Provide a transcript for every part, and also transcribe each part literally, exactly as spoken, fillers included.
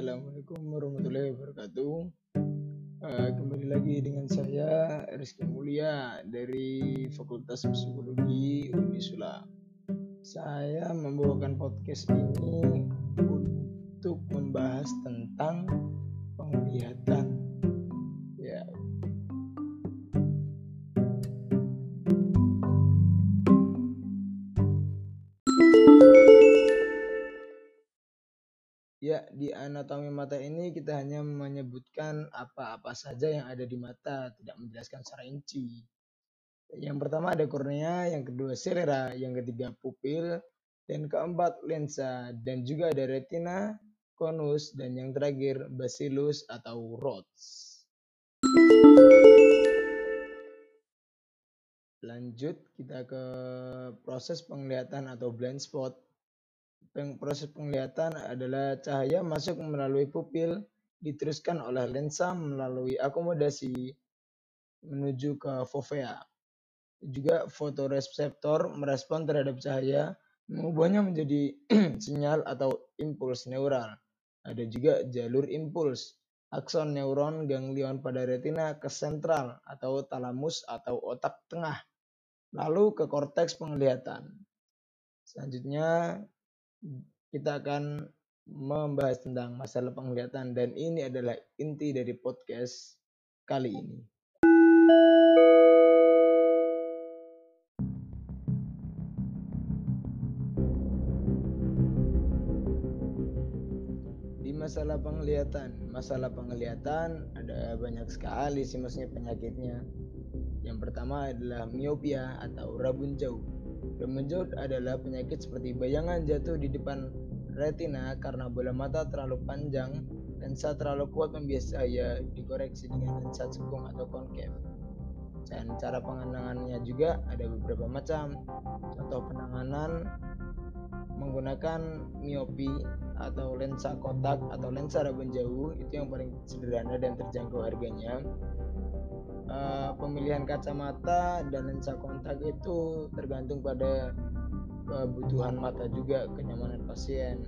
Assalamualaikum warahmatullahi wabarakatuh. Uh, kembali lagi dengan saya Rizky Mulia dari Fakultas Psikologi Unisula. Saya membawakan podcast ini untuk membahas tentang penglihatan. Ya. Ya, di anatomi mata ini kita hanya menyebutkan apa-apa saja yang ada di mata, tidak menjelaskan secara rinci. Yang pertama ada kornea, yang kedua selera, yang ketiga pupil, dan keempat lensa, dan juga ada retina, konus, dan yang terakhir bacillus atau rods. Lanjut kita ke proses penglihatan atau blind spot. Proses penglihatan adalah cahaya masuk melalui pupil, diteruskan oleh lensa melalui akomodasi menuju ke fovea. Juga fotoreseptor merespon terhadap cahaya, mengubahnya menjadi sinyal atau impuls neural. Ada juga jalur impuls, akson neuron ganglion pada retina ke sentral atau talamus atau otak tengah, lalu ke korteks penglihatan. Selanjutnya kita akan membahas tentang masalah penglihatan dan ini adalah inti dari podcast kali ini. Di masalah penglihatan, masalah penglihatan ada banyak sekali sih maksudnya penyakitnya. Yang pertama adalah miopia atau rabun jauh. Rabun jauh adalah penyakit seperti bayangan jatuh di depan retina karena bola mata terlalu panjang, lensa terlalu kuat membias cahaya, dikoreksi dengan lensa cekung atau konkev. Dan cara penanganannya juga ada beberapa macam. Contoh penanganan menggunakan miopi atau lensa kotak atau lensa rabun jauh, itu yang paling sederhana dan terjangkau harganya. Uh, pemilihan kacamata dan lensa kontak itu tergantung pada kebutuhan mata juga, kenyamanan pasien.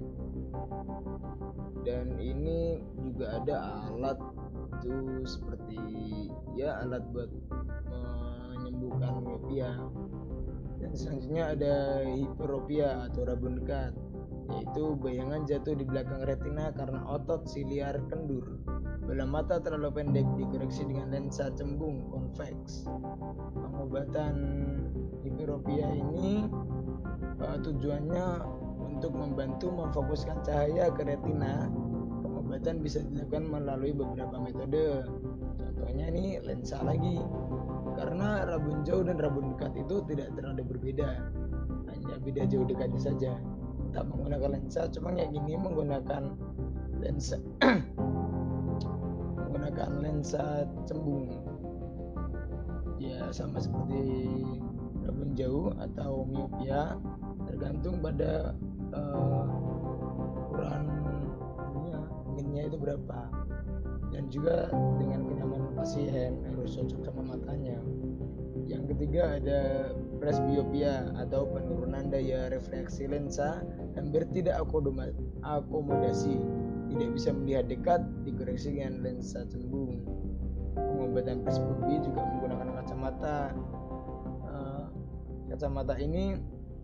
Dan ini juga ada alat itu seperti ya alat buat menyembuhkan miopia. Dan selanjutnya ada hiperopia atau rabun dekat, yaitu bayangan jatuh di belakang retina karena otot siliar kendur. Bola mata terlalu pendek, dikoreksi dengan lensa cembung konveks. Pengobatan hiperopia ini uh, tujuannya untuk membantu memfokuskan cahaya ke retina. Pengobatan bisa dilakukan melalui beberapa metode. Contohnya ini lensa lagi. Karena rabun jauh dan rabun dekat itu tidak terlalu berbeda, hanya beda jauh dekatnya saja. Tak menggunakan lensa, cuma kayak gini menggunakan lensa menggunakan lensa cembung. Ya sama seperti rabun jauh atau miopia, tergantung pada uh, ukuran minnya itu berapa, dan juga dengan kenyamanan pasien harus cocok sama matanya. Yang ketiga ada presbiopia atau penurunan daya refleksi lensa, hampir tidak akomodasi, tidak bisa melihat dekat, dikoreksi dengan lensa cembung. Pengobatan presbiopia juga menggunakan kacamata. Uh, kacamata ini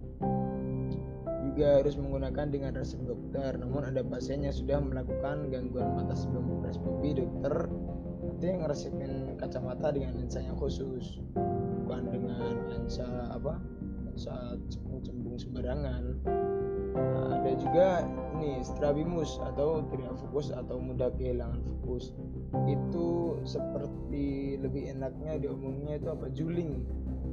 juga harus menggunakan dengan resep dokter. Namun ada pasien yang sudah melakukan gangguan mata sebelum presbiopia, dokter nanti yang ngeresepin kacamata dengan lensa yang khusus, bukan dengan lensa apa lensa cembung sembarangan. Nah, ada juga ini strabimus atau tidak fokus atau mudah kehilangan fokus. Itu seperti lebih enaknya diomongnya itu apa juling.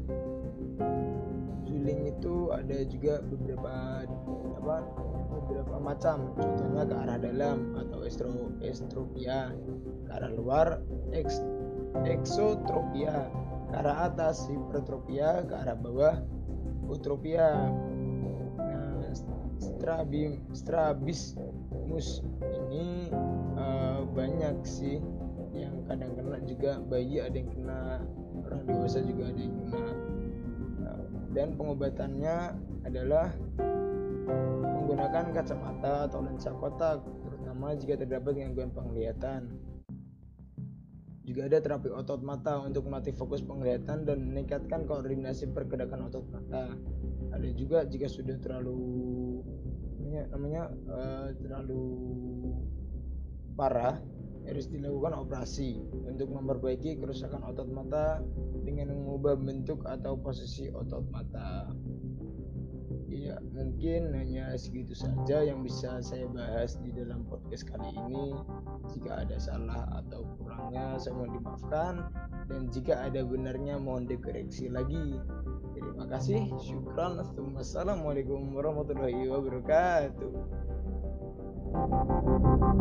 Juling itu ada juga beberapa apa beberapa macam. Contohnya ke arah dalam atau estro, estropia, ke arah luar ex, exotropia, ke arah atas hipertropia, ke arah bawah utropia. Nah, strabim, strabismus ini uh, banyak sih yang kadang kena juga bayi, ada yang kena, orang dewasa juga ada yang kena. Uh, dan pengobatannya adalah menggunakan kacamata atau lensa kotak, terutama terutama jika terdapat gangguan penglihatan. Juga ada terapi otot mata untuk melatih fokus penglihatan dan meningkatkan koordinasi pergerakan otot mata. Ada juga jika sudah terlalu namanya, namanya uh, terlalu parah, harus dilakukan operasi untuk memperbaiki kerusakan otot mata dengan mengubah bentuk atau posisi otot mata. Ya, mungkin hanya segitu saja yang bisa saya bahas di dalam podcast kali ini. Jika ada salah atau kurangnya, saya mohon dimaafkan. Dan jika ada benarnya, mohon dikoreksi lagi. Terima kasih. Syukran. Assalamualaikum warahmatullahi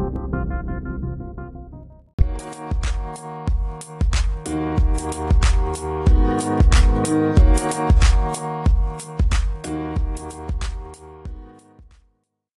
wabarakatuh.